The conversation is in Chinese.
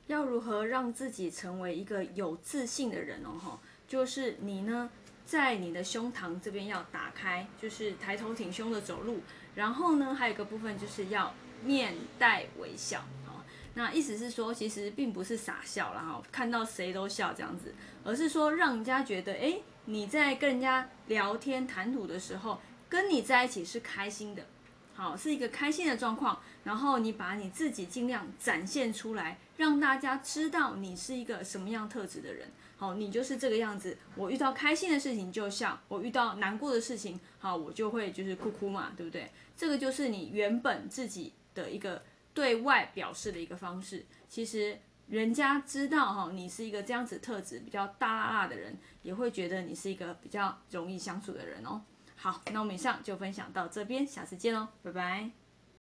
要如何让自己成为一个有自信的人哦？就是你呢，在你的胸膛这边要打开，就是抬头挺胸的走路。然后呢，还有一个部分就是要面带微笑。那意思是说，其实并不是傻笑啦，看到谁都笑这样子，而是说让人家觉得，你在跟人家聊天谈吐的时候，跟你在一起是开心的。好，是一个开心的状况，然后你把你自己尽量展现出来，让大家知道你是一个什么样特质的人。好，你就是这个样子。我遇到开心的事情就笑，我遇到难过的事情，好，我就会就是哭哭嘛，对不对？这个就是你原本自己的一个对外表示的一个方式。其实人家知道你是一个这样子特质比较大辣辣的人，也会觉得你是一个比较容易相处的人哦。好，那我们以上就分享到这边，下次见喽，拜拜。